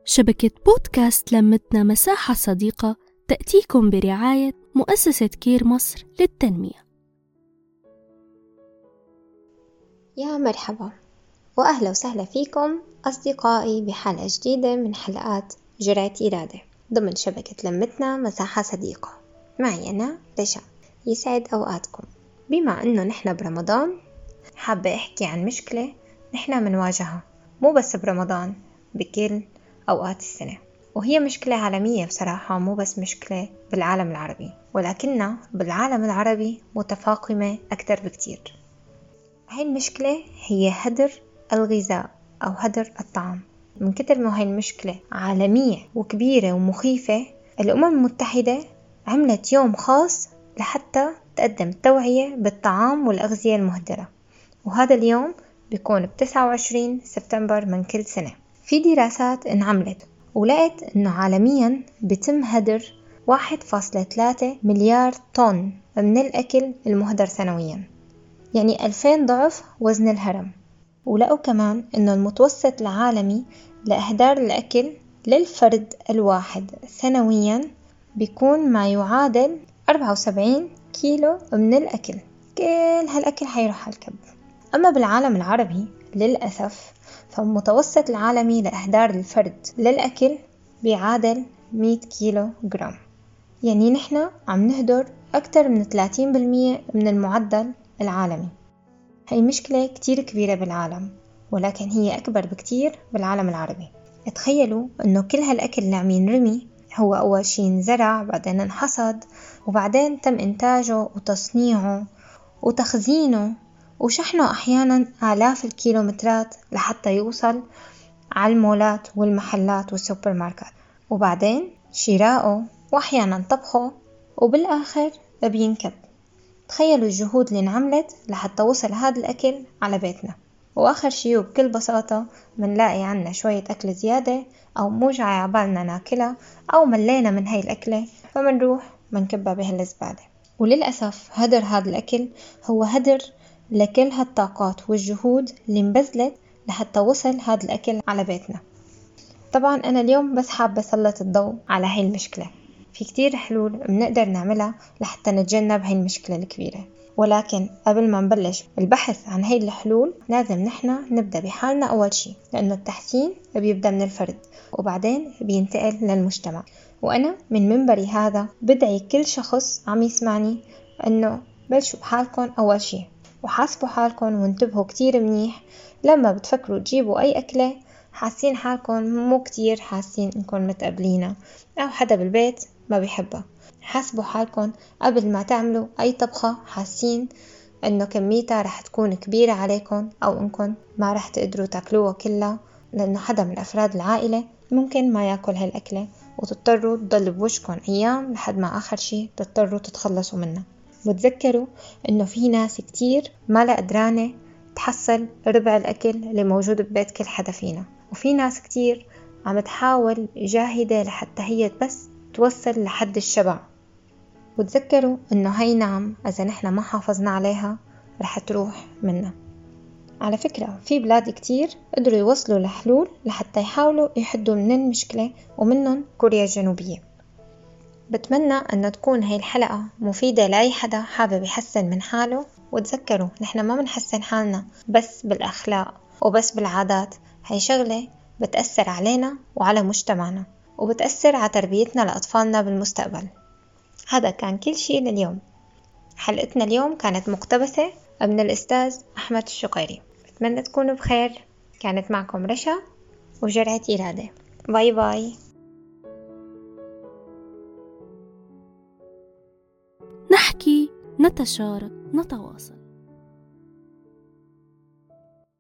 شبكة بودكاست لمتنا مساحة صديقة تأتيكم برعاية مؤسسة كير مصر للتنمية. يا مرحبا وأهلا وسهلا فيكم أصدقائي بحلقة جديدة من حلقات جرعة إرادة ضمن شبكة لمتنا مساحة صديقة. معي أنا رشا، يسعد أوقاتكم. بما أنه نحن برمضان حابة أحكي عن مشكلة نحن منواجهها مو بس برمضان، بكل أوقات السنة، وهي مشكلة عالمية بصراحة، مو بس مشكلة بالعالم العربي، ولكنها بالعالم العربي متفاقمة أكتر بكتير. هاي المشكلة هي هدر الغذاء أو هدر الطعام. من كتر ما هاي المشكلة عالمية وكبيرة ومخيفة، الأمم المتحدة عملت يوم خاص لحتى تقدم توعية بالطعام والأغذية المهدرة، وهذا اليوم بيكون ب29 سبتمبر من كل سنة. في دراسات انعملت ولقت أنه عالميا بيتم هدر 1.3 مليار طن من الأكل المهدر سنويا، يعني 2000 ضعف وزن الهرم. ولقوا كمان أنه المتوسط العالمي لإهدار الأكل للفرد الواحد سنويا بيكون ما يعادل 74 كيلو من الأكل. كل هالأكل حيروح على الكب. أما بالعالم العربي للأسف فالمتوسط العالمي لإهدار الفرد للأكل بيعادل 100 كيلو جرام، يعني نحن عم نهدر أكتر من 30% من المعدل العالمي. هاي مشكلة كتير كبيرة بالعالم، ولكن هي أكبر بكتير بالعالم العربي. تخيلوا أنه كل هالأكل اللي عم ينرمي هو أول شي انزرع، بعدين انحصد، وبعدين تم إنتاجه وتصنيعه وتخزينه وشحنه أحيانا آلاف الكيلومترات لحتى يوصل على المولات والمحلات والسوبر ماركت، وبعدين شراؤه وأحيانا طبخه، وبالآخر بينكب. تخيلوا الجهود اللي انعملت لحتى وصل هذا الأكل على بيتنا، وآخر شي وبكل بساطة منلاقي عنا شوية أكل زيادة أو مو جاي عبالنا ناكلها أو ملينا من هاي الأكلة فمنروح منكبها بهالزبالة. وللأسف هدر هذا الأكل هو هدر لكل هالطاقات والجهود اللي انبذلت لحتى وصل هذا الأكل على بيتنا. طبعا أنا اليوم بس حابة أسلط الضوء على هاي المشكلة. في كتير حلول بنقدر نعملها لحتى نتجنب هاي المشكلة الكبيرة، ولكن قبل ما نبلش البحث عن هاي الحلول لازم نحنا نبدأ بحالنا أول شي، لأنه التحسين بيبدأ من الفرد وبعدين بينتقل للمجتمع. وأنا من منبري هذا بدعي كل شخص عم يسمعني أنه بلشوا بحالكم أول شي، وحاسبوا حالكم وانتبهوا كتير منيح لما بتفكروا تجيبوا أي أكلة حاسين حالكم مو كتير حاسين انكم متقبلينها او حدا بالبيت ما بيحبها. حاسبوا حالكم قبل ما تعملوا اي طبخة حاسين انه كميتها رح تكون كبيرة عليكم او انكم ما رح تقدروا تاكلوها كلها، لانه حدا من افراد العائلة ممكن ما ياكل هالاكلة وتضطروا تضل بوشكم ايام لحد ما اخر شي تضطروا تتخلصوا منها. وتذكروا انه في ناس كتير ما لا قدرانة تحصل ربع الأكل اللي موجود ببيت كل حدا فينا، وفي ناس كتير عم تحاول جاهدة لحتى هي بس توصل لحد الشبع. وتذكروا إنه هاي نعم إذا نحنا ما حافظنا عليها رح تروح منا. على فكرة في بلاد كتير قدروا يوصلوا لحلول لحتى يحاولوا يحدوا من المشكلة، ومنهم كوريا الجنوبية. بتمنى أن تكون هاي الحلقة مفيدة لأي حدا حابب يحسن من حاله. وتذكروا نحنا ما بنحسن حالنا بس بالأخلاق وبس بالعادات، هاي شغلة بتأثر علينا وعلى مجتمعنا وبتأثر على تربيتنا لأطفالنا بالمستقبل. هذا كان كل شيء لليوم. حلقتنا اليوم كانت مقتبسة من الأستاذ أحمد الشقيري. بتمنى تكونوا بخير. كانت معكم رشا وجرعة إرادة. باي باي. نحكي، نتشارك، نتواصل.